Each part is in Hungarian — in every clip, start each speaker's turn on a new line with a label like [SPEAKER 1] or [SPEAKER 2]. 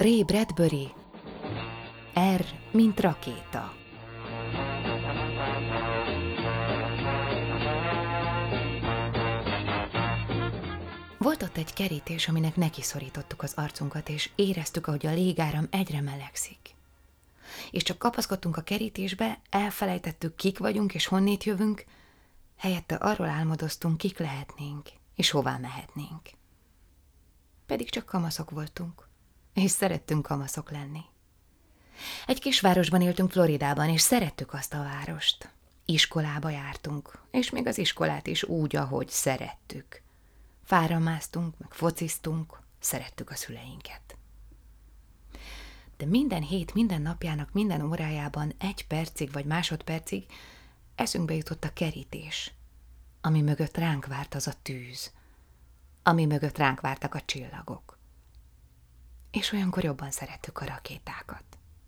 [SPEAKER 1] Ray Bradbury, R, mint rakéta. Volt ott egy kerítés, aminek nekiszorítottuk az arcunkat, és éreztük, ahogy a légáram egyre melegszik. És csak kapaszkodtunk a kerítésbe, elfelejtettük, kik vagyunk és honnét jövünk, helyette arról álmodoztunk, kik lehetnénk, és hová mehetnénk. Pedig csak kamaszok voltunk, és szerettünk kamaszok lenni. Egy kisvárosban éltünk Floridában, és szerettük azt a várost. Iskolába jártunk, és még az iskolát is úgy, ahogy szerettük. Fára másztunk, meg fociztunk, szerettük a szüleinket. De minden hét, minden napjának, minden órájában 1 percig vagy másodpercig eszünkbe jutott a kerítés, ami mögött ránk várt az a tűz, ami mögött ránk vártak a csillagok. És olyankor jobban szerettük a rakétákat.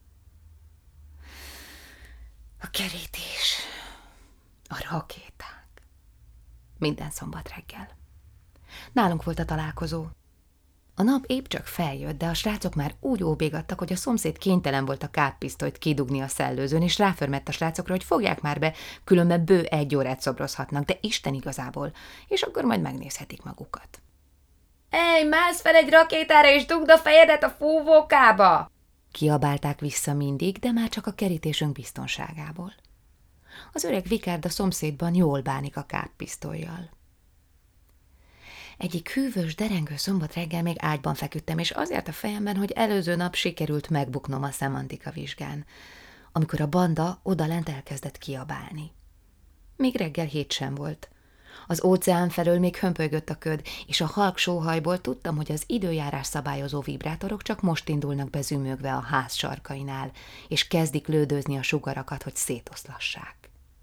[SPEAKER 1] A kerítés, a rakéták. Minden szombat reggel. Nálunk volt a találkozó. A nap épp csak feljött, de a srácok már úgy óbégattak, hogy a szomszéd kénytelen volt a káppisztolyt kidugni a szellőzőn, és ráförmett a srácokra, hogy fogják már be, különben bő 1 órát szobrozhatnak, de Isten igazából, és akkor majd megnézhetik magukat. Ej, mász fel egy rakétára, és dugd a fejedet a fúvókába! Kiabálták vissza mindig, de már csak a kerítésünk biztonságából. Az öreg Vikárd a szomszédban jól bánik a káppisztollyal. Egyik hűvös, derengő szombat reggel még ágyban feküdtem, és azért a fejemben, hogy előző nap sikerült megbuknom a szemantika vizsgán, amikor a banda odalent elkezdett kiabálni. Még reggel 7 sem volt. Az óceán felől még hömpölygött a köd, és a halk sóhajból tudtam, hogy az időjárás szabályozó vibrátorok csak most indulnak be zümögve a ház sarkainál, és kezdik lődözni a sugarakat, hogy szétoszlassák.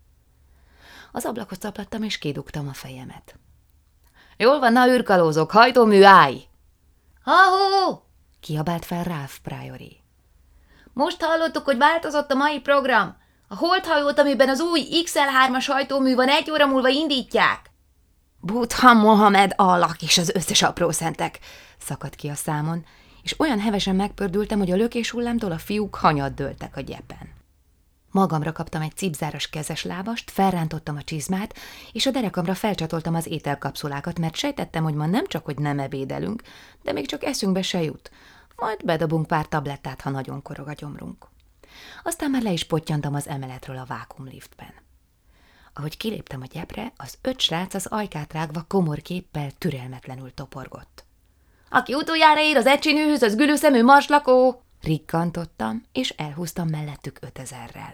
[SPEAKER 1] Az ablakot szaplattam, és kidugtam a fejemet. Jól van, na űrkalózok, hajtómű, állj! Ha-hó! Kiabált fel Ralph Priory. Most hallottuk, hogy változott a mai program. A holdhajót, amiben az új XL3-as hajtómű van, 1 óra múlva indítják. Buddha, Mohamed, Allah és az összes aprószentek, szakadt ki a számon, és olyan hevesen megpördültem, hogy a lökéshullámtól a fiúk hanyat dőltek a gyepen. Magamra kaptam egy cipzáros kezes lábast, felrántottam a csizmát, és a derekamra felcsatoltam az ételkapszulákat, mert sejtettem, hogy ma nem csak, hogy nem ebédelünk, de még csak eszünkbe se jut. Majd bedobunk pár tablettát, ha nagyon korog a gyomrunk. Aztán már le is pottyantam az emeletről a vákuumliftben. Ahogy kiléptem a gyepre, az 5 srác az ajkát rágva komor képpel türelmetlenül toporgott. Aki utoljára ér az ecsinőhöz, az gülőszemű marslakó! Rikkantottam, és elhúztam mellettük 5000-rel.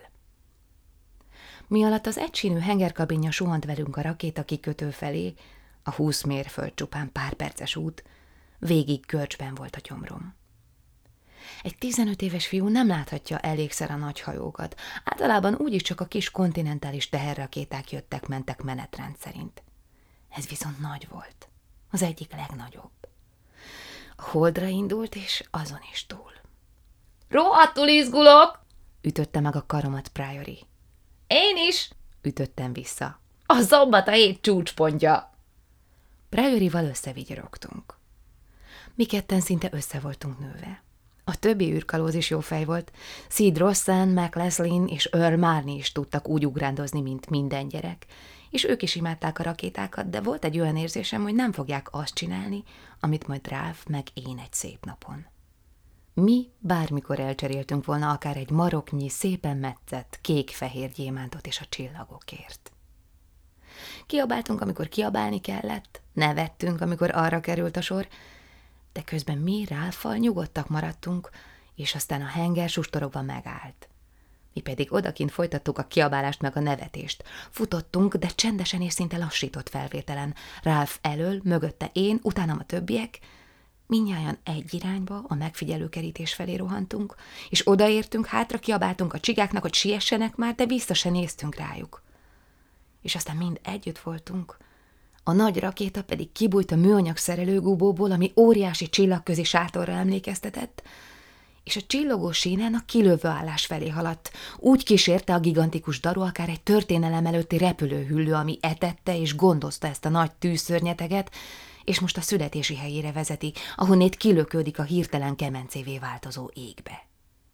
[SPEAKER 1] Mi alatt az egyszínű hengerkabinja suhant velünk a rakéta kikötő felé, a 20 mérföld csupán pár perces út, végig görcsben volt a gyomrom. Egy 15 éves fiú nem láthatja elégszer a nagy hajókat, általában úgyis csak a kis kontinentális teherrakéták jöttek-mentek menetrend szerint. Ez viszont nagy volt, az egyik legnagyobb. A holdra indult, és azon is túl. Rohadtul izgulok! Ütötte meg a karomat Priory. Én is! Ütöttem vissza. A szombat a hét csúcspontja! Prioryval összevigyorogtunk. Mi ketten szinte össze voltunk nőve. A többi űrkalóz is jó fej volt. Sid Rossen, Mac Leslin és Earl Marnie is tudtak úgy ugrándozni, mint minden gyerek, és ők is imádták a rakétákat, de volt egy olyan érzésem, hogy nem fogják azt csinálni, amit majd Ralph meg én egy szép napon. Mi bármikor elcseréltünk volna akár egy maroknyi, szépen metszett, kék-fehér gyémántot is a csillagokért. Kiabáltunk, amikor kiabálni kellett, nevettünk, amikor arra került a sor, de közben mi Ralph-fal nyugodtak maradtunk, és aztán a henger sustorogva megállt. Mi pedig odakint folytattuk a kiabálást meg a nevetést. Futottunk, de csendesen és szinte lassított felvételen. Ralph elől, mögötte én, utánam a többiek. Mindnyájan egy irányba, a megfigyelőkerítés felé rohantunk, és odaértünk, hátra kiabáltunk a csigáknak, hogy siessenek már, de vissza se néztünk rájuk. És aztán mind együtt voltunk. A nagy rakéta pedig kibújt a műanyag szerelőgubóból, ami óriási csillagközi sátorra emlékeztetett, és a csillogó sínen a kilövő állás felé haladt. Úgy kísérte a gigantikus daru akár egy történelem előtti repülőhüllő, ami etette és gondozta ezt a nagy tűzszörnyeteget, és most a születési helyére vezeti, ahonnét kilökődik a hirtelen kemencévé változó égbe.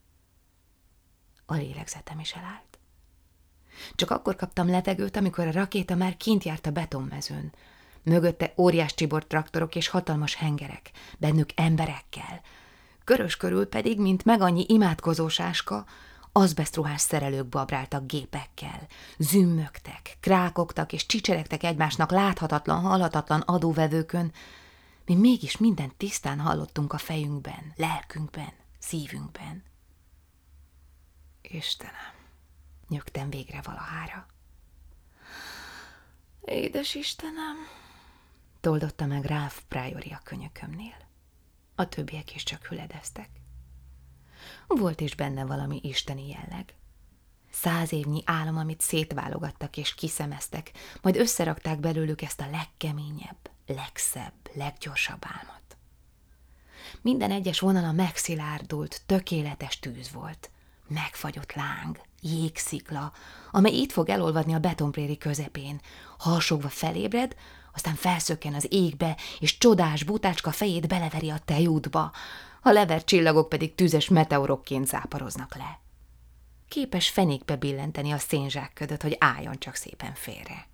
[SPEAKER 1] A lélegzetem is elállt. Csak akkor kaptam levegőt, amikor a rakéta már kint járt a betonmezőn. Mögötte óriás csibort traktorok és hatalmas hengerek, bennük emberekkel. Körös körül pedig, mint megannyi imádkozó sáska, azbesztruhás szerelők babráltak gépekkel, zümmögtek, krákogtak és csicseregtek egymásnak láthatatlan, hallhatatlan adóvevőkön, mi mégis mindent tisztán hallottunk a fejünkben, lelkünkben, szívünkben. Istenem, nyögtem végre valahára. Édes Istenem, toldotta meg Ralph Priory a könyökömnél. A többiek is csak hüledeztek. Volt is benne valami isteni jelleg. 100 évnyi álom, amit szétválogattak és kiszemeztek, majd összerakták belőlük ezt a legkeményebb, legszebb, leggyorsabb álmot. Minden egyes vonala megszilárdult, tökéletes tűz volt. Megfagyott láng, jégszikla, amely itt fog elolvadni a betonpréri közepén. Harsogva felébred, aztán felszökken az égbe, és csodás butácska fejét beleveri a tejútba, a levert csillagok pedig tüzes meteorokként záporoznak le. Képes fenékbe billenteni a szénzsákködöt, hogy álljon csak szépen félre.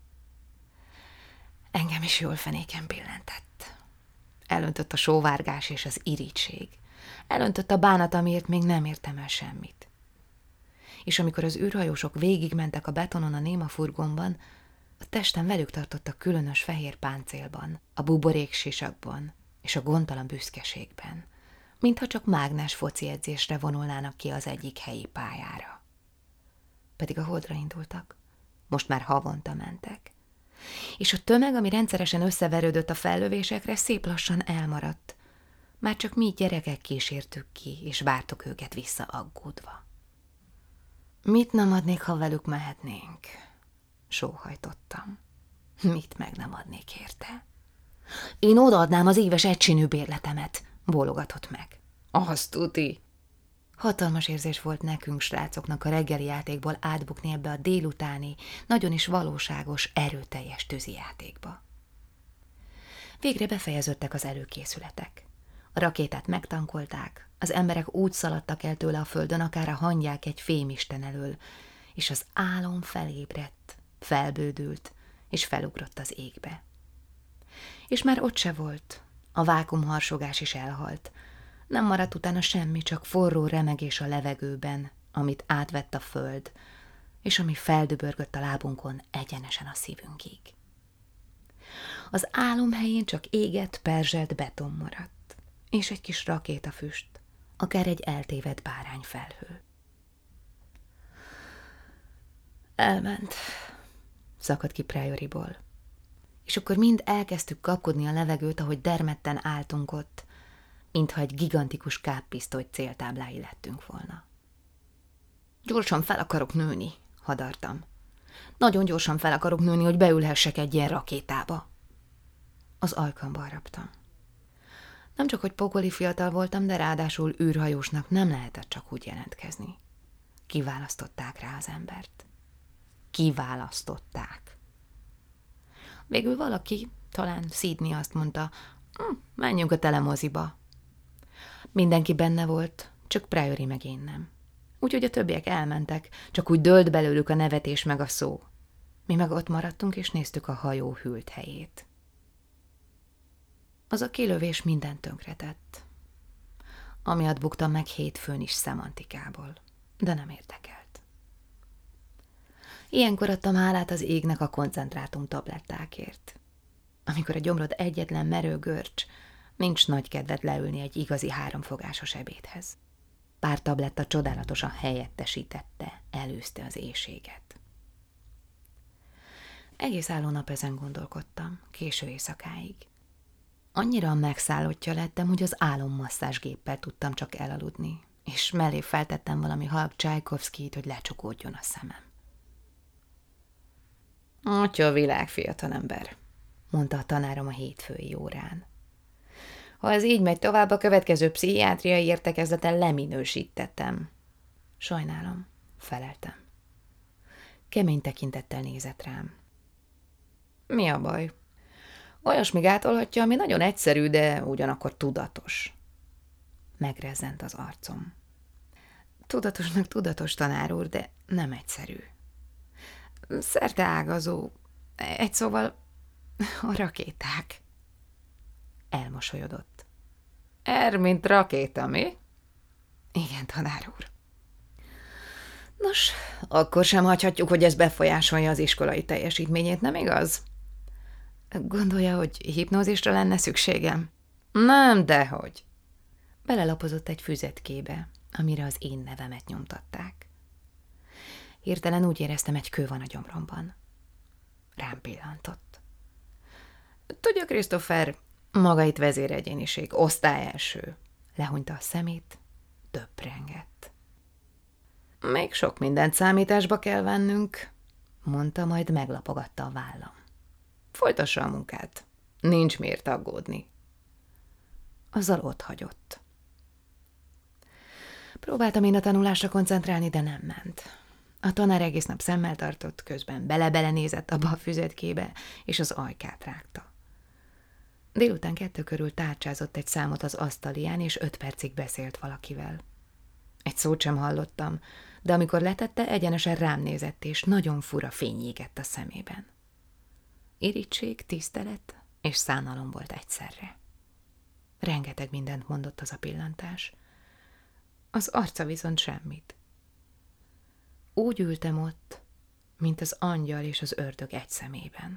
[SPEAKER 1] Engem is jól fenéken billentett. Elöntött a sóvárgás és az irigység. Elöntött a bánat, amiért még nem értem el semmit. És amikor az űrhajósok végigmentek a betonon a néma furgonban, a testem velük tartott a különös fehér páncélban, a buboréksisakban és a gondtalan büszkeségben, mintha csak mágnes foci edzésre vonulnának ki az egyik helyi pályára. Pedig a Holdra indultak, most már havonta mentek. És a tömeg, ami rendszeresen összeverődött a fellövésekre, szép lassan elmaradt. Már csak mi gyerekek kísértük ki, és vártuk őket vissza aggódva. Mit nem adnék, ha velük mehetnénk? Sóhajtottam. Mit meg nem adnék érte? Én odaadnám az éves egyszínű bérletemet, bólogatott meg. Azt tuti. Hatalmas érzés volt nekünk, srácoknak a reggeli játékból átbukni ebbe a délutáni, nagyon is valóságos, erőteljes tűzijátékba. Végre befejeződtek az előkészületek. A rakétát megtankolták, az emberek úgy szaladtak el tőle a földön, akár a hangyák egy fémisten elől, és az álom felébredt, felbődült, és felugrott az égbe. És már ott se volt, a vákuumharsogás is elhalt. Nem maradt utána semmi, csak forró remegés a levegőben, amit átvett a föld, és ami feldöbörgött a lábunkon egyenesen a szívünkig. Az álom helyén csak égett, perzselt beton maradt, és egy kis rakétafüst, akár egy eltévedt bárányfelhő. Elment, szakadt ki Prioryból. És akkor mind elkezdtük kapkodni a levegőt, ahogy dermedten álltunk ott, mintha egy gigantikus káppisztoly céltáblái lettünk volna. Gyorsan fel akarok nőni, hadartam. Nagyon gyorsan fel akarok nőni, hogy beülhessek egy ilyen rakétába. Az ajkamban raptam. Nem csak, hogy pokoli fiatal voltam, de ráadásul űrhajósnak nem lehetett csak úgy jelentkezni. Kiválasztották rá az embert. Kiválasztották. Végül valaki, talán Sydney azt mondta, menjünk a telemoziba. Mindenki benne volt, csak Priory meg én nem. Úgyhogy a többiek elmentek, csak úgy dőlt belőlük a nevetés meg a szó. Mi meg ott maradtunk, és néztük a hajó hűlt helyét. Az a kilövés mindent tönkretett. Amiatt buktam meg hétfőn is szemantikából, de nem érdekelt. Ilyenkor adtam hálát az égnek a koncentrátum tablettákért. Amikor a gyomrod egyetlen merő görcs, nincs nagy kedved leülni egy igazi 3 fogásos ebédhez. Pár tabletta csodálatosan helyettesítette, előzte az éhséget. Egész álló nap ezen gondolkodtam, késő éjszakáig. Annyira megszállottja lettem, hogy az álommasszázsgéppel tudtam csak elaludni, és mellé feltettem valami halk Csajkovszkijt, hogy lecsukódjon a szemem. Atya a világ, fiatalember, mondta a tanárom a hétfői órán. Ha ez így megy tovább, a következő pszichiátriai értekezleten leminősítettem. Sajnálom, feleltem. Kemény tekintettel nézett rám. Mi a baj? Olyasmi gátolhatja, ami nagyon egyszerű, de ugyanakkor tudatos. Megrezzent az arcom. Tudatosnak tudatos, tanár úr, de nem egyszerű. Szerteágazó. Egy szóval a rakéták. Elmosolyodott. Mint rakéta, mi? Igen, tanár úr. Nos, akkor sem hagyhatjuk, hogy ez befolyásolja az iskolai teljesítményét, nem igaz? Gondolja, hogy hipnózisra lenne szükségem? Nem, dehogy. Belelapozott egy füzetkébe, amire az én nevemet nyomtatták. Hirtelen úgy éreztem, egy kő van a gyomromban. Rám pillantott. Tudja, Christopher, maga itt vezéregyéniség, osztály első. Lehúnyta a szemét, döprengett. Még sok mindent számításba kell vennünk, mondta, majd meglapogatta a vállam. Folytassa a munkát. Nincs miért aggódni. Azzal ott hagyott. Próbáltam én a tanulásra koncentrálni, de nem ment. A tanár egész nap szemmel tartott, közben bele-belenézett abba a füzetkébe, és az ajkát rágta. Délután 2 körül tárcsázott egy számot az asztaliján, és 5 percig beszélt valakivel. Egy szót sem hallottam, de amikor letette, egyenesen rám nézett, és nagyon fura fény égett a szemében. Irigység, tisztelet és szánalom volt egyszerre. Rengeteg mindent mondott az a pillantás. Az arca viszont semmit. Úgy ültem ott, mint az angyal és az ördög egy szemében.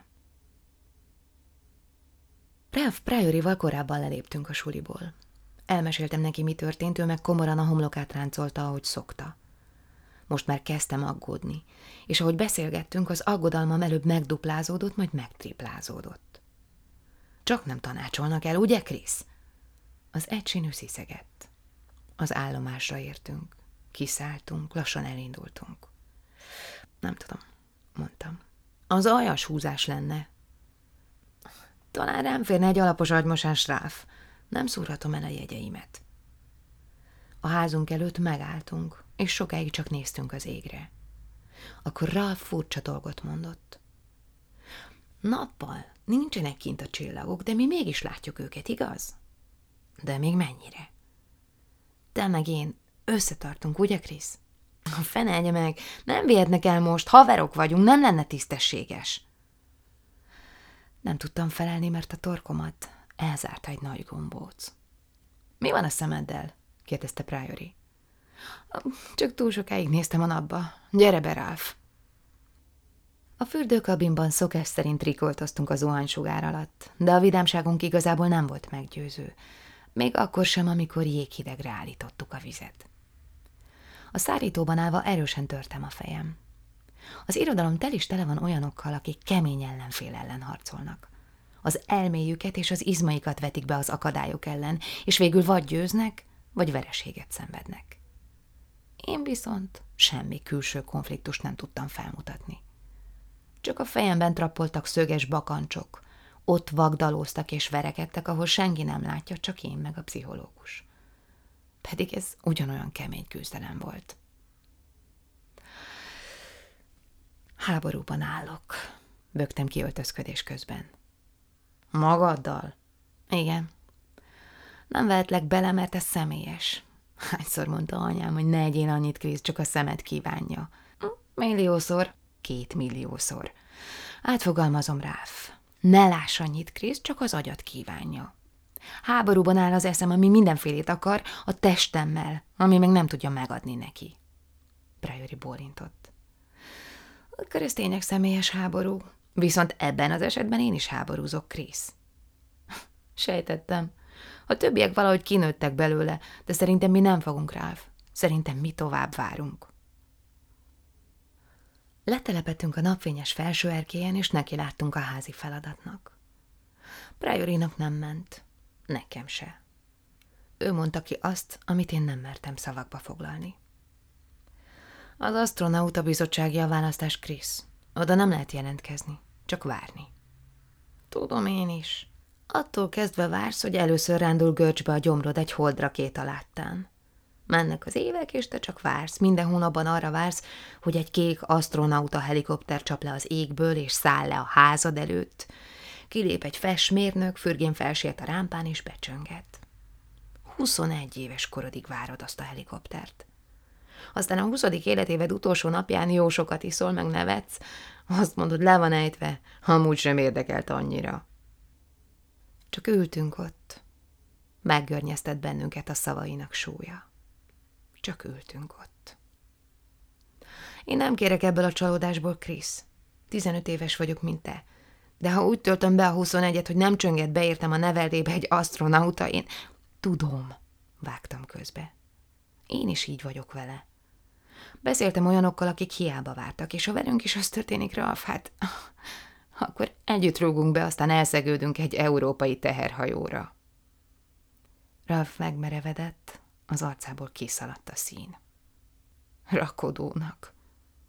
[SPEAKER 1] Ralph Prioryval korábban leléptünk a suliból. Elmeséltem neki, mi történt, ő meg komoran a homlokát ráncolta, ahogy szokta. Most már kezdtem aggódni, és ahogy beszélgettünk, az aggodalmam előbb megduplázódott, majd megtriplázódott. Csak nem tanácsolnak el, ugye, Krisz? Az egysínű sziszegett. Az állomásra értünk. Kiszálltunk, lassan elindultunk. Nem tudom, mondtam. Az aljas húzás lenne. Talán rám férne egy alapos agymosás, Ralph. Nem szúrhatom el a jegyeimet. A házunk előtt megálltunk, és sokáig csak néztünk az égre. Akkor Ralph furcsa dolgot mondott. Nappal nincsenek kint a csillagok, de mi mégis látjuk őket, igaz? De még mennyire? Te meg én összetartunk, ugye, Krisz? Fenelje meg, nem vihetnek el most, haverok vagyunk, nem lenne tisztességes. Nem tudtam felelni, mert a torkomat elzárta egy nagy gombóc. Mi van a szemeddel? Kérdezte Priory. Csak túl sokáig néztem a napba. Gyere be, Ralph! A fürdőkabinban szokás szerint rikoltoztunk a zuhanysugár alatt, de a vidámságunk igazából nem volt meggyőző. Még akkor sem, amikor jéghidegre állítottuk a vizet. A szárítóban állva erősen törtem a fejem. Az irodalom tel is tele van olyanokkal, akik kemény ellenfél ellen harcolnak. Az elméjüket és az izmaikat vetik be az akadályok ellen, és végül vagy győznek, vagy vereséget szenvednek. Én viszont semmi külső konfliktust nem tudtam felmutatni. Csak a fejemben trappoltak szöges bakancsok, ott vagdalóztak és verekedtek, ahol senki nem látja, csak én meg a pszichológus. Pedig ez ugyanolyan kemény küzdelem volt. Háborúban állok, bögtem ki öltözködés közben. Magaddal? Igen. Nem vehetlek bele, mert ez személyes. Hányszor mondta anyám, hogy ne egyél annyit, Krisz, csak a szemed kívánja. Milliószor, 2 milliószor. Átfogalmazom, Ralph. Ne láss annyit, Krisz, csak az agyat kívánja. Háborúban áll az eszem, ami mindenfélét akar, a testemmel, ami meg nem tudja megadni neki. Priory bólintott. Akkor ez tényleg személyes háború. Viszont ebben az esetben én is háborúzok, Krisz. Sejtettem. A többiek valahogy kinőttek belőle, de szerintem mi nem fogunk, Ralph. Szerintem mi tovább várunk. Letelepettünk a napfényes felső erkélyen, és neki láttunk a házi feladatnak. Priorynak nem ment. Nekem se. Ő mondta ki azt, amit én nem mertem szavakba foglalni. Az asztronauta bizottsági a választás, Krisz. Oda nem lehet jelentkezni, csak várni. Tudom én is. Attól kezdve vársz, hogy először rándul görcsbe a gyomrod egy holdrakéta láttán. Mennek az évek, és te csak vársz. Minden hónapban arra vársz, hogy egy kék asztronauta helikopter csap le az égből, és száll le a házad előtt. Kilép egy festmérnök, fürgén felsért a rámpán és becsönget. 21 éves korodig várod azt a helikoptert. Aztán a 20. életéved utolsó napján jó sokat iszol, meg nevetsz, azt mondod, le van ejtve, amúgy sem érdekelt annyira. Csak ültünk ott. Meggörnyeztett bennünket a szavainak súlya. Csak ültünk ott. Én nem kérek ebből a csalódásból, Krisz. 15 éves vagyok, mint te. De ha úgy töltöm be a 21-et, hogy nem csönget beértem a neveldébe egy asztronauta, én... Tudom, vágtam közbe. Én is így vagyok vele. Beszéltem olyanokkal, akik hiába vártak, és ha velünk is az történik, Ralph, hát... Akkor együtt rúgunk be, aztán elszegődünk egy európai teherhajóra. Ralph megmerevedett, az arcából kiszaladt a szín. Rakodónak.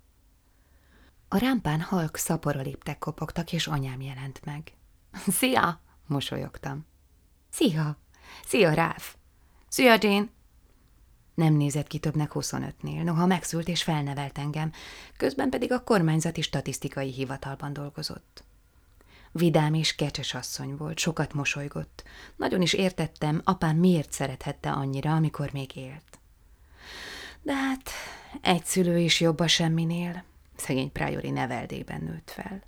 [SPEAKER 1] A rámpán halk szapora léptek kopogtak, és anyám jelent meg. Szia! Mosolyogtam. Szia! Szia, Ralph! Szia, Jane! Nem nézett ki többnek 25-nél, noha megszült és felnevelt engem, közben pedig a kormányzati statisztikai hivatalban dolgozott. Vidám és kecses asszony volt, sokat mosolygott. Nagyon is értettem, apám miért szerethette annyira, amikor még élt. De hát egy szülő is jobb a semminél. Szegény Priory neveldében nőtt fel.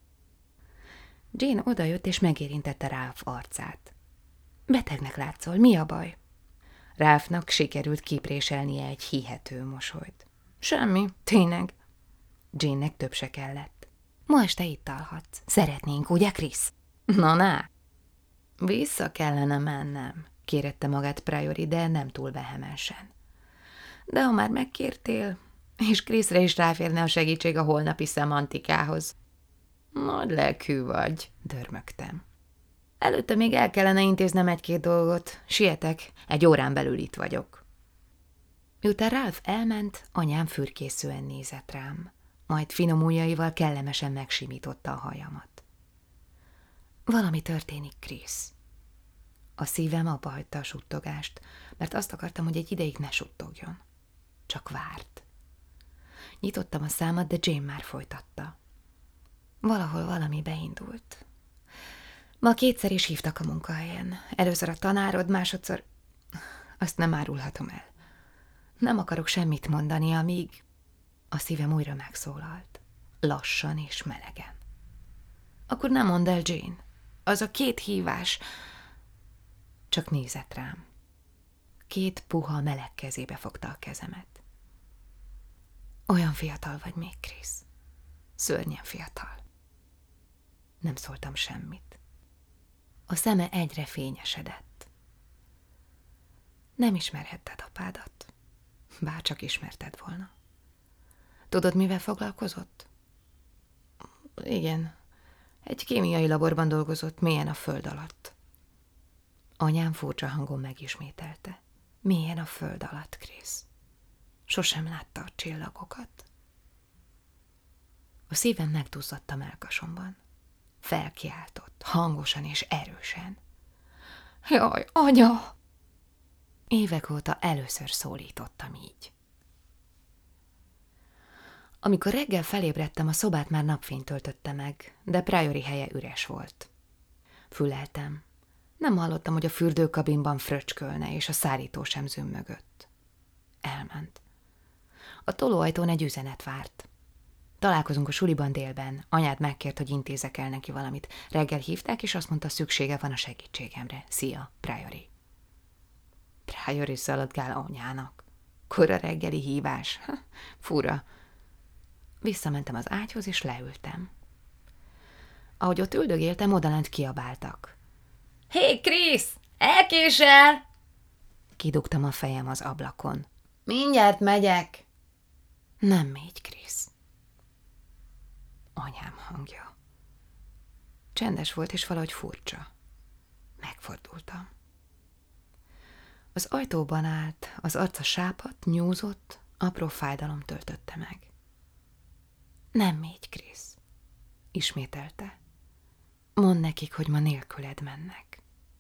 [SPEAKER 1] Jane odajött és megérintette Ralph arcát. Betegnek látszol, mi a baj? Ralphnak sikerült kipréselnie egy hihető mosolyt. Semmi, tényleg. Jane-nek több se kellett. Ma este itt alhatsz. Szeretnénk, ugye, Krisz? Na. Vissza kellene mennem, kérette magát Priory, de nem túl vehemensen. De ha már megkértél, és Kriszre is ráférne a segítség a holnapi szemantikához. Nagy lelkű vagy, dörmögtem. Előtte még el kellene intéznem egy-két dolgot. Sietek, egy órán belül itt vagyok. Miután Ralph elment, anyám fürkészően nézett rám, majd finom ujjaival kellemesen megsimította a hajamat. Valami történik, Krisz. A szívem abba hagyta a suttogást, mert azt akartam, hogy egy ideig ne suttogjon. Csak várt. Nyitottam a számat, de Jane már folytatta. Valahol valami beindult. Ma 2-szer is hívtak a munkahelyen. Először a tanárod, másodszor... Azt nem árulhatom el. Nem akarok semmit mondani, amíg... A szívem újra megszólalt. Lassan és melegen. Akkor nem mondd el, Jane. Az a 2 hívás... Csak nézett rám. 2 puha, meleg kezébe fogta a kezemet. Olyan fiatal vagy még, Krisz. Szörnyen fiatal. Nem szóltam semmit. A szeme egyre fényesedett. Nem ismerhetted apádat, bár csak ismerted volna. Tudod, mivel foglalkozott? Igen, egy kémiai laborban dolgozott, mélyen a föld alatt. Anyám furcsa hangon megismételte. Mélyen a föld alatt, Krisz. Sosem látta a csillagokat. A szívem megduzzadt a mellkasomban. Felkiáltott, hangosan és erősen. Jaj, anya! Évek óta először szólítottam így. Amikor reggel felébredtem, a szobát már napfény töltötte meg, de Priory helye üres volt. Füleltem. Nem hallottam, hogy a fürdőkabinban fröcskölne, és a szárító sem zümmögött. Elment. A tolóajtón egy üzenet várt. Találkozunk a suliban délben. Anyád megkért, hogy intézek el neki valamit. Reggel hívták, és azt mondta, szüksége van a segítségemre. Szia, Priory. Priory szaladgál anyának. Kora reggeli hívás. Fura. Visszamentem az ágyhoz, és leültem. Ahogy ott üldögéltem, odalent kiabáltak. Hé, Krisz! Elkésel! Kidugtam a fejem az ablakon. Mindjárt megyek. Nem mégy, Krisz. Anyám hangja. Csendes volt, és valahogy furcsa. Megfordultam. Az ajtóban állt, az arca sápadt, nyúzott, apró fájdalom töltötte meg. Nem mégy, Krisz, ismételte. Mondd nekik, hogy ma nélküled mennek.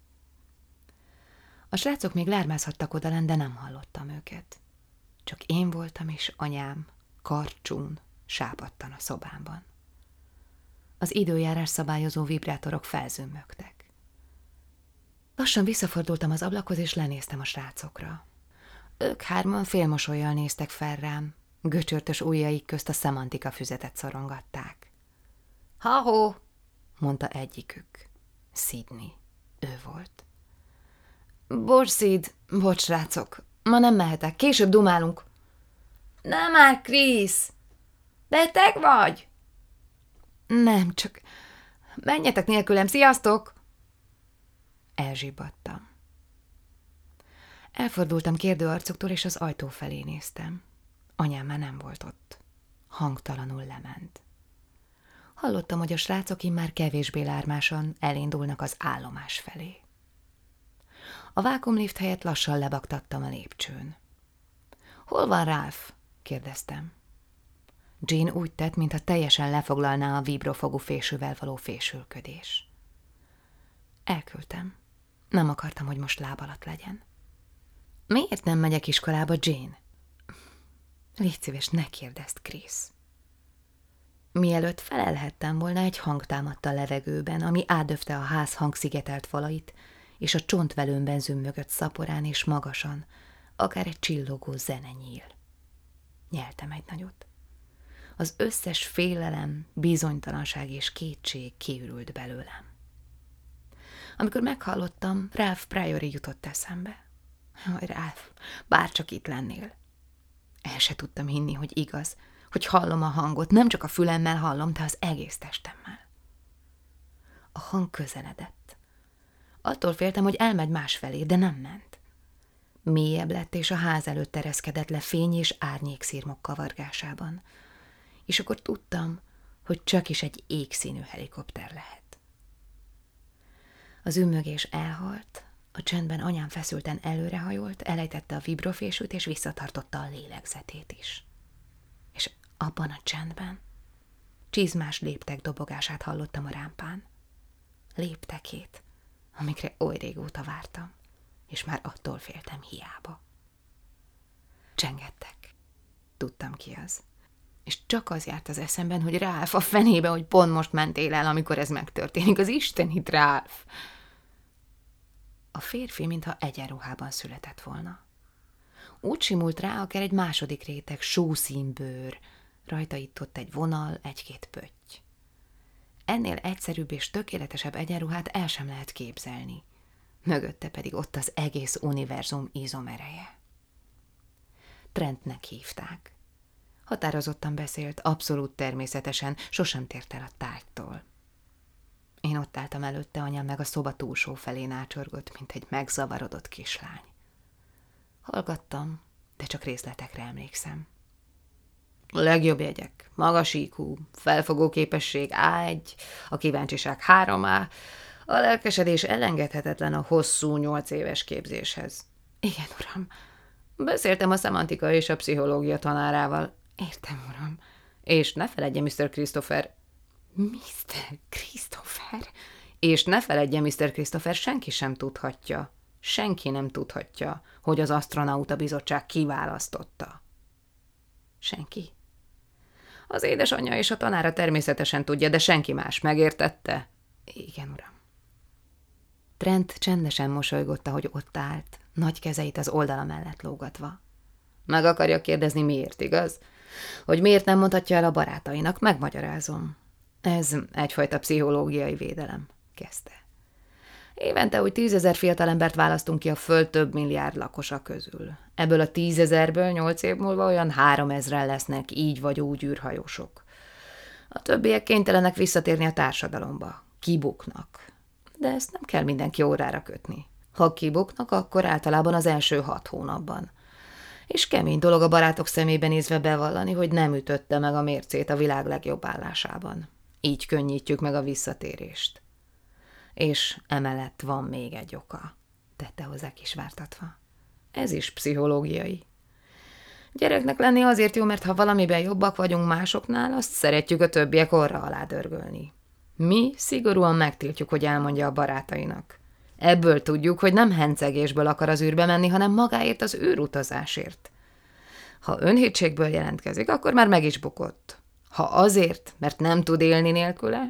[SPEAKER 1] A srácok még lármázhattak odalent, de nem hallottam őket. Csak én voltam és anyám, karcsún, sápadtan a szobámban. A Az időjárás szabályozó vibrátorok felzümmögtek. Lassan visszafordultam az ablakhoz, és lenéztem a srácokra. Ők hárman félmosollyal néztek fel rám, göcsörtös ujjaik közt a szemantika füzetet szorongatták. Ha-hó, mondta egyikük. Sydney. Ő volt. Bocs, Sid, bocs, srácok, ma nem mehetek, később dumálunk. Nem már, Krisz! Beteg vagy? Nem, csak menjetek nélkülem, sziasztok! Elzsibbadtam. Elfordultam kérdő arcuktól, és az ajtó felé néztem. Anyám már nem volt ott. Hangtalanul lement. Hallottam, hogy a srácok immár kevésbé lármásan elindulnak az állomás felé. A vákumlift helyett lassan lebaktattam a lépcsőn. Hol van Ralph? Kérdeztem. Jean úgy tett, mintha teljesen lefoglalná a vibrofogú fésűvel való fésülködés. Elküldtem. Nem akartam, hogy most láb alatt legyen. Miért nem megyek iskolába, Jane? Légy szíves, ne kérdezd, Krisz. Mielőtt felelhettem volna, egy hang támadt a levegőben, ami átdöfte a ház hangszigetelt falait, és a csontvelőmben zümmögött szaporán és magasan, akár egy csillogó zenenyíl. Nyeltem egy nagyot. Az összes félelem, bizonytalanság és kétség kiürült belőlem. Amikor meghallottam, Ralph Priory jutott eszembe. Jaj, Ralph, bárcsak itt lennél. El se tudtam hinni, hogy igaz, hogy hallom a hangot, nem csak a fülemmel hallom, de az egész testemmel. A hang közeledett. Attól féltem, hogy elmegy másfelé, de nem ment. Mélyebb lett, és a ház előtt tereszkedett le fény és árnyékszirmok kavargásában. És akkor tudtam, hogy csak is egy égszínű helikopter lehet. Az ümmögés elhalt, a csendben anyám feszülten előrehajolt, elejtette a vibrofésűt, és visszatartotta a lélegzetét is. És abban a csendben csizmás léptek dobogását hallottam a rámpán. Léptekét, amikre oly régóta vártam, és már attól féltem hiába. Csengettek. Tudtam ki az. És csak az járt az eszemben, hogy Ralph a fenébe, hogy pont most mentél el, amikor ez megtörténik. Az istenit, Ralph! A férfi, mintha egyenruhában született volna. Úgy simult rá, akár egy második réteg sószínbőr, rajta itt-ott egy vonal, egy-két pötty. Ennél egyszerűbb és tökéletesebb egyenruhát el sem lehet képzelni. Mögötte pedig ott az egész univerzum izomereje. Trentnek hívták. Határozottan beszélt, abszolút természetesen, sosem tért el a tárgytól. Én ott álltam előtte, anyám meg a szoba túlsó felén ácsorgott, mint egy megzavarodott kislány. Hallgattam, de csak részletekre emlékszem. A legjobb jegyek, magas IQ, felfogó képesség A1, a kíváncsiság 3A, a lelkesedés elengedhetetlen a hosszú 8 éves képzéshez. Igen, uram. Beszéltem a szemantika és a pszichológia tanárával. Értem, uram. És ne feledje, Mr. Christopher. Mr. Christopher? És ne feledje, Mr. Christopher, senki sem tudhatja. Senki nem tudhatja, hogy az asztronauta bizottság kiválasztotta. Senki. Az édesanyja és a tanára természetesen tudja, de senki más. Megértette? Igen, uram. Trent csendesen mosolygott, ahogy ott állt, nagy kezeit az oldala mellett lógatva. Meg akarja kérdezni, miért, igaz? Hogy miért nem mondhatja el a barátainak, megmagyarázom. Ez egyfajta pszichológiai védelem, kezdte. Évente úgy 10 000 fiatalembert választunk ki a Föld több milliárd lakosa közül. Ebből a 10 000-ből 8 év múlva olyan 3 000-en lesznek így vagy úgy űrhajósok. A többiek kénytelenek visszatérni a társadalomba. Kibuknak. De ezt nem kell mindenki órára kötni. Ha kibuknak, akkor általában az első 6 hónapban. És kemény dolog a barátok szemében nézve bevallani, hogy nem ütötte meg a mércét a világ legjobb állásában. Így könnyítjük meg a visszatérést. És emellett van még egy oka, tette hozzá kisvártatva. Ez is pszichológiai. Gyereknek lenni azért jó, mert ha valamiben jobbak vagyunk másoknál, azt szeretjük a többiek orra alá dörgölni. Mi szigorúan megtiltjuk, hogy elmondja a barátainak. Ebből tudjuk, hogy nem hencegésből akar az űrbe menni, hanem magáért az űrutazásért. Ha önhétségből jelentkezik, akkor már meg is bukott. Ha azért, mert nem tud élni nélküle,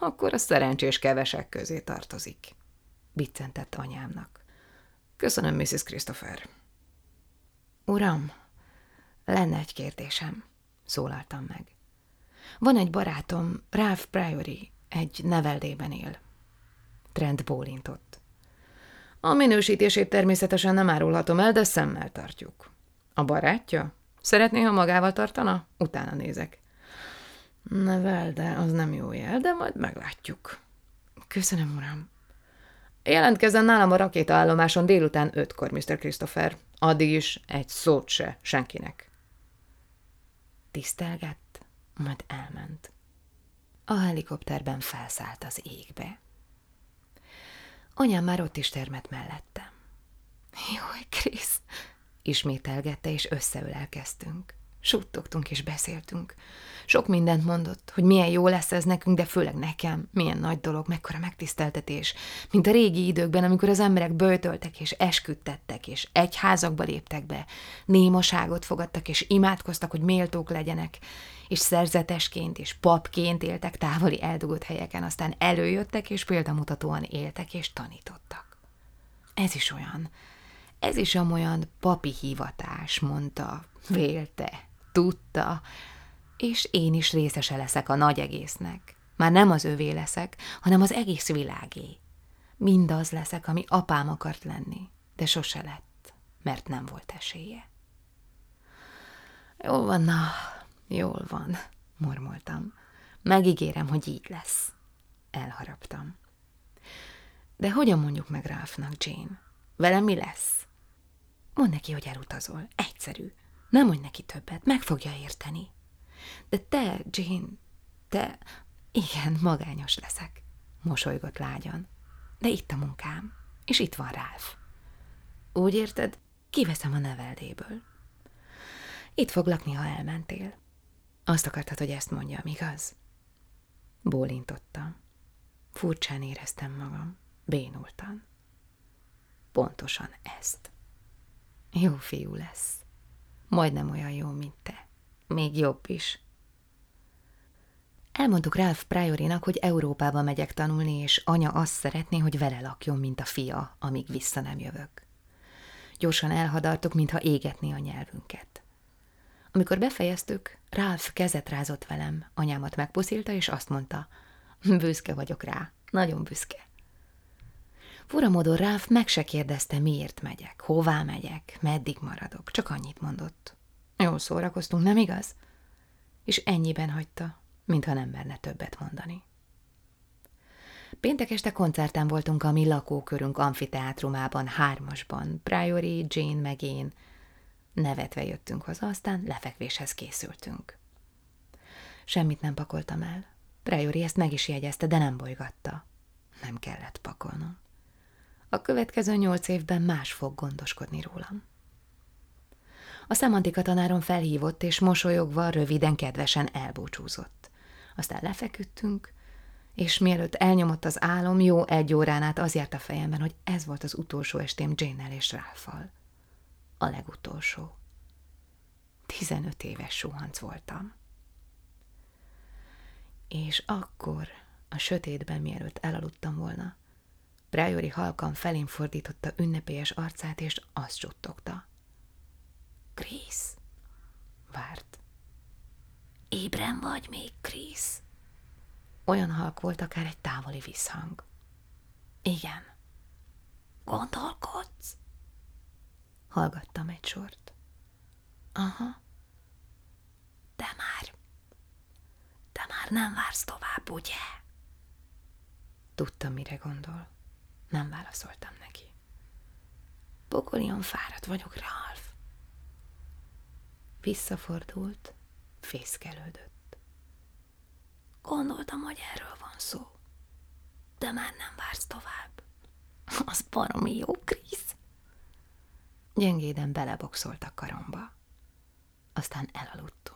[SPEAKER 1] Akkor a szerencsés kevesek közé tartozik, biccentett anyámnak. Köszönöm, Mrs. Christopher. Uram, lenne egy kérdésem, szólaltam meg. Van egy barátom, Ralph Priory, egy Neveldében él. Trent bólintott. A minősítését természetesen nem árulhatom el, de szemmel tartjuk. A barátja? Szeretné, ha magával tartana? Utána nézek. Nevelde, az nem jó jel, de majd meglátjuk. Köszönöm, uram. Jelentkezzen nálam a rakétaállomáson délután 5-kor, Mr. Christopher. Addig is egy szót se senkinek. Tisztelgett, majd elment. A helikopterben felszállt az égbe. Anyám már ott is termett mellettem. Jaj, Krisz! Ismételgette, és összeölelkeztünk. Suttogtunk és beszéltünk. Sok mindent mondott, hogy milyen jó lesz ez nekünk, de főleg nekem, milyen nagy dolog, mekkora megtiszteltetés, mint a régi időkben, amikor az emberek böjtöltek és esküdtettek, és egyházakba léptek be, némaságot fogadtak és imádkoztak, hogy méltók legyenek, és szerzetesként és papként éltek távoli eldugott helyeken, aztán előjöttek és példamutatóan éltek és tanítottak. Ez is amolyan papi hivatás, mondta, vélte, tudta, és én is részese leszek a nagy egésznek. Már nem az övé leszek, hanem az egész világé. Mindaz leszek, ami apám akart lenni, de sose lett, mert nem volt esélye. Jól van, na, jól van, mormoltam. Megígérem, hogy így lesz. Elharaptam. De hogyan mondjuk meg Ralphnak, Jane? Velem mi lesz? Mondd neki, hogy elutazol. Egyszerű. Nem mondj neki többet, meg fogja érteni. De te, Jane, te... Igen, magányos leszek. Mosolygott lágyan. De itt a munkám, és itt van Ralph. Úgy érted, kiveszem a Neveldéből. Itt fog lakni, ha elmentél. Azt akartad, hogy ezt mondjam, igaz? Bólintottam. Furcsán éreztem magam. Bénultan. Pontosan ezt. Jó fiú lesz. Majdnem olyan jó, mint te. Még jobb is. Elmondtuk Ralph Priorynak, hogy Európába megyek tanulni, és anya azt szeretné, hogy vele lakjon, mint a fia, amíg vissza nem jövök. Gyorsan elhadartuk, mintha égetné a nyelvünket. Amikor befejeztük, Ralph kezet rázott velem, anyámat megpuszilta, és azt mondta, büszke vagyok rá, nagyon büszke. Furamódon Ralph meg se kérdezte, miért megyek, hová megyek, meddig maradok, csak annyit mondott. Jól szórakoztunk, nem igaz? És ennyiben hagyta, mintha nem merne többet mondani. Péntek este koncerten voltunk a mi lakókörünk amfiteátrumában, 3-asban, Priory, Jane meg én. Nevetve jöttünk haza, aztán lefekvéshez készültünk. Semmit nem pakoltam el. Priory ezt meg is jegyezte, de nem bolygatta. Nem kellett pakolnom. A következő 8 évben más fog gondoskodni rólam. A szemantika tanárom felhívott, és mosolyogva, röviden, kedvesen elbúcsúzott. Aztán lefeküdtünk, és mielőtt elnyomott az álom, jó 1 órán át az járt a fejemben, hogy ez volt az utolsó estém Jane-nel és Ralph-al. A legutolsó. 15 éves suhanc voltam. És akkor, a sötétben, mielőtt elaludtam volna, Priory halkan felém fordította ünnepélyes arcát, és azt suttogta. Chris? Várt. Ébren vagy még, Chris? Olyan halk volt, akár egy távoli visszhang. Igen. Gondolkodsz? Hallgattam egy sort. Aha. De már nem vársz tovább, ugye? Tudtam, mire gondol. Nem válaszoltam neki. Pokolian fáradt vagyok, Ralph. Visszafordult, fészkelődött. Gondoltam, hogy erről van szó. De már nem vársz tovább. Az baromi jó, Chris. Gyengéden beleboxolt a karomba. Aztán elaludtunk.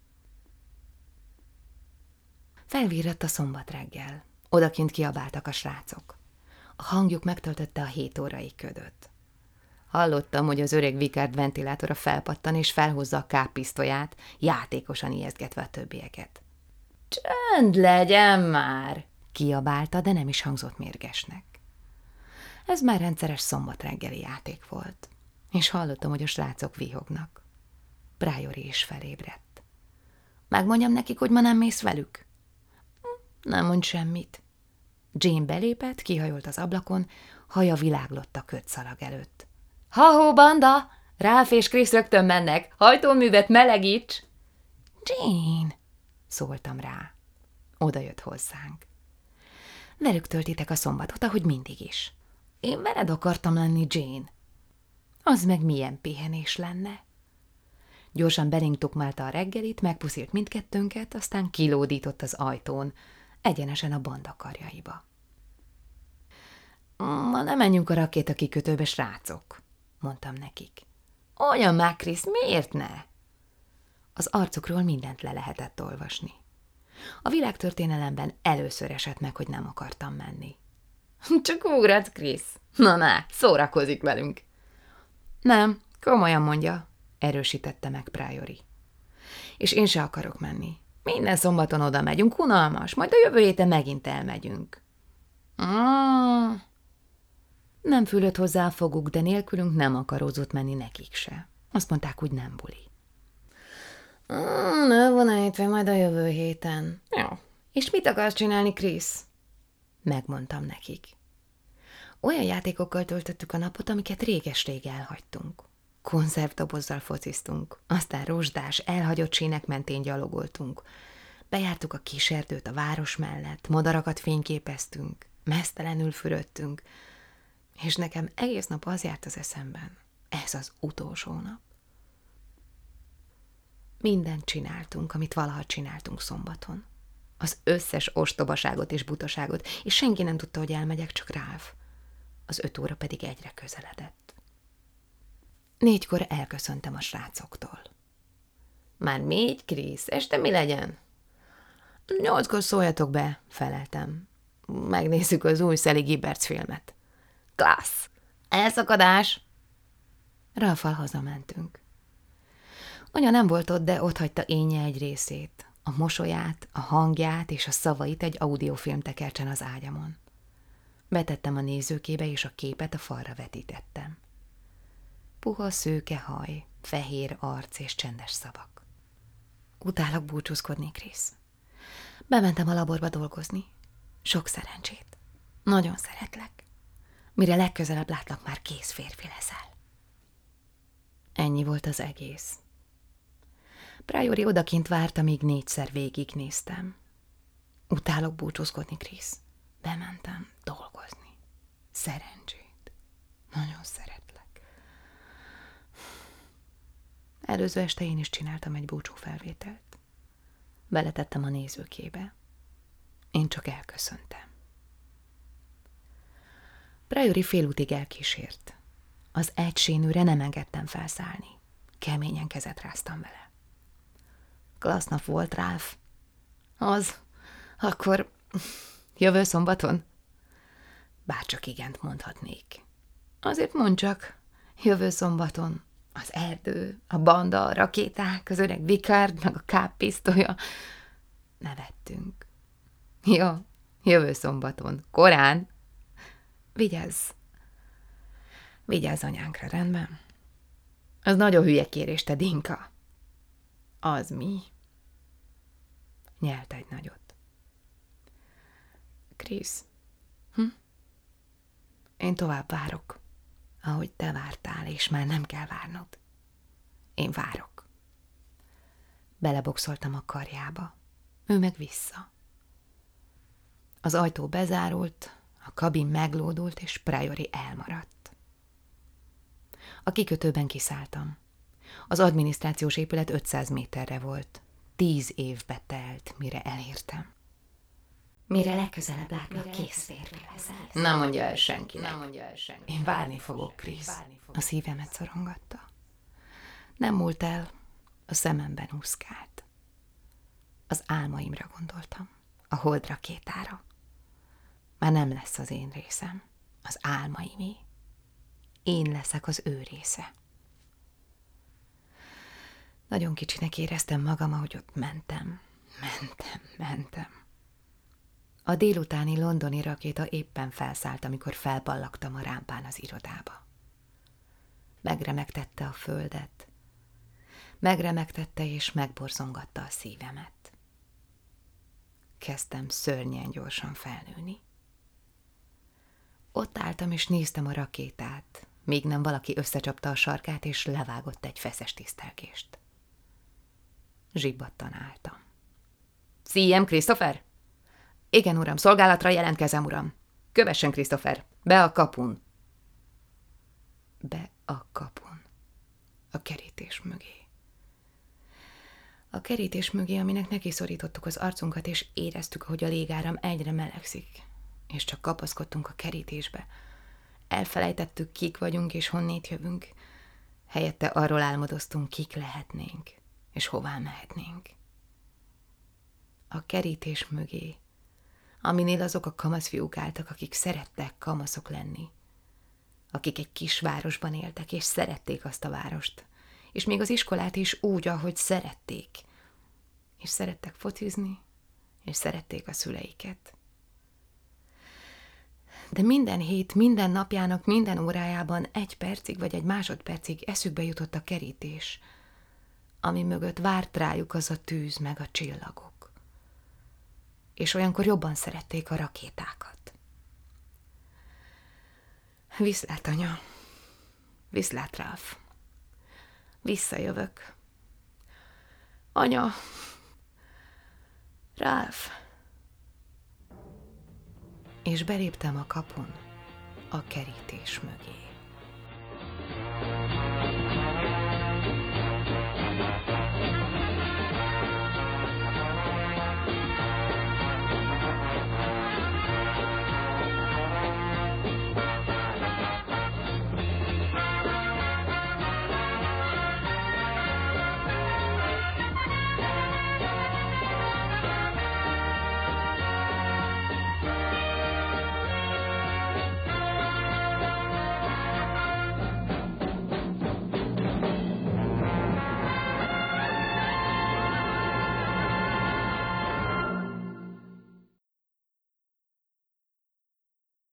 [SPEAKER 1] Felvirradt a szombat reggel. Odakint kiabáltak a srácok. A hangjuk megtöltötte a 7 órai ködöt. Hallottam, hogy az öreg Vicard ventilátora felpattan és felhozza a kápisztolyát, játékosan ijesztgetve a többieket. Csönd legyen már! kiabálta, de nem is hangzott mérgesnek. Ez már rendszeres szombat reggeli játék volt, és hallottam, hogy a srácok vihognak. Priory is felébredt. Megmondjam nekik, hogy ma nem mész velük? Nem mond semmit. Jane belépett, kihajolt az ablakon, haja világlott a kötszalag előtt. Ha-hó, banda! Ralph és Chris rögtön mennek, hajtóművet melegíts! Jane! Szóltam rá. Oda jött hozzánk. Velük töltitek a szombatot, ahogy mindig is. Én veled akartam lenni, Jane. Az meg milyen pihenés lenne? Gyorsan belénk tukmálta a reggelit, megpuszilt mindkettőnket, aztán kilódított az ajtón, egyenesen a banda karjaiba. Ma nem menjünk a rakétakikötőbe, srácok, mondtam nekik. Olyan már, Krisz, miért ne? Az arcukról mindent le lehetett olvasni. A világtörténelemben először esett meg, hogy nem akartam menni. Csak ugratsz, Krisz. Na, szórakozik velünk. Nem, komolyan mondja, erősítette meg Priory. És én se akarok menni. Minden szombaton oda megyünk, unalmas, majd a jövő héten megint elmegyünk. Nem fülött hozzá a foguk, de nélkülünk nem akarózott menni nekik se. Azt mondták, hogy nem buli. Ne van ejtve, majd a jövő héten. Jó. És mit akarsz csinálni, Krisz? Megmondtam nekik. Olyan játékokkal töltöttük a napot, amiket réges-rég elhagytunk. Konzervdobozzal fociztunk, aztán rozsdás, elhagyott sínek mentén gyalogoltunk. Bejártuk a kis erdőt a város mellett, madarakat fényképeztünk, meztelenül fürödtünk, és nekem egész nap az járt az eszemben. Ez az utolsó nap. Mindent csináltunk, amit valaha csináltunk szombaton. Az összes ostobaságot és butaságot, és senki nem tudta, hogy elmegyek, csak Ralph. Az 5 óra pedig egyre közeledett. 4-kor elköszöntem a srácoktól. Már 4, Krisz, este mi legyen? 8-kor szóljatok be, feleltem. Megnézzük az új Sally Gibberts filmet. Klassz! Elszakadás! Ralph-al hazamentünk. Anya nem volt ott, de otthagyta énje egy részét. A mosolyát, a hangját és a szavait egy audiofilmtekercsen az ágyamon. Betettem a nézőkébe, és a képet a falra vetítettem. Puha szőke haj, fehér arc és csendes szavak. Utálok búcsúzkodni, Krisz. Bementem a laborba dolgozni. Sok szerencsét. Nagyon szeretlek. Mire legközelebb látlak, már kész férfi leszel. Ennyi volt az egész. Priory odakint várt, amíg 4-szer végignéztem. Utálok búcsúzkodni, Krisz. Bementem dolgozni. Szerencsét. Nagyon szeretlek. Előző este én is csináltam egy búcsúfelvételt. Beletettem a nézőkébe. Én csak elköszöntem. Priory félútig elkísért. Az egysínűre nem engedtem felszállni. Keményen kezet ráztam vele. Klassz nap volt, Ralph. Az. Akkor jövő szombaton? Bárcsak igent mondhatnék. Azért mondd csak, jövő szombaton. Az erdő, a banda, a rakéták, az öreg Vicard, meg a káppisztolya. Nevettünk. Jó, jövő szombaton. Korán. Vigyázz. Vigyázz anyánkra, rendben? Az nagyon hülye kérés, te dinka. Az mi? Nyelt egy nagyot. Krisz. Én tovább várok, ahogy te vártál, és már nem kell várnod. Én várok. Beleboxoltam a karjába. Ő meg vissza. Az ajtó bezárult, a kabin meglódult, és Priory elmaradt. A kikötőben kiszálltam. Az adminisztrációs épület 500 méterre volt. 10 évbe telt, mire elértem. Mire legközelebb látlak, kész férfi leszel. Nem mondja el senkinek. Én várni fogok, Krisz. A szívemet szorongatta. Nem múlt el, a szememben úszkált. Az álmaimra gondoltam, a holdrakétára. Már nem lesz az én részem, az álmaimé. Én leszek az ő része. Nagyon kicsinek éreztem magam, ahogy ott mentem. A délutáni londoni rakéta éppen felszállt, amikor felballagtam a rámpán az irodába. Megremegtette a földet. Megremegtette és megborzongatta a szívemet. Kezdtem szörnyen gyorsan felnőni. Ott álltam és néztem a rakétát, míg nem valaki összecsapta a sarkát és levágott egy feszes tisztelgést. Zsibbadtan álltam. CM Christopher? Igen, uram, szolgálatra jelentkezem, uram. Kövessen, Christopher, be a kapun. Be a kapun. A kerítés mögé. A kerítés mögé, aminek nekiszorítottuk az arcunkat, és éreztük, hogy a légáram egyre melegszik, és csak kapaszkodtunk a kerítésbe. Elfelejtettük, kik vagyunk és honnét jövünk. Helyette arról álmodoztunk, kik lehetnénk, és hová mehetnénk. A kerítés mögé, aminél azok a kamaszfiúk álltak, akik szerettek kamaszok lenni. Akik egy kis városban éltek, és szerették azt a várost. És még az iskolát is úgy, ahogy szerették. És szerettek focizni, és szerették a szüleiket. De minden hét, minden napjának, minden órájában 1 percig vagy 1 másodpercig eszükbe jutott a kerítés, ami mögött várt rájuk az a tűz meg a csillagok. És olyankor jobban szerették a rakétákat. Viszlát, anya. Viszlát, Ralph. Visszajövök. Anya. Ralph. És beléptem a kapun a kerítés mögé.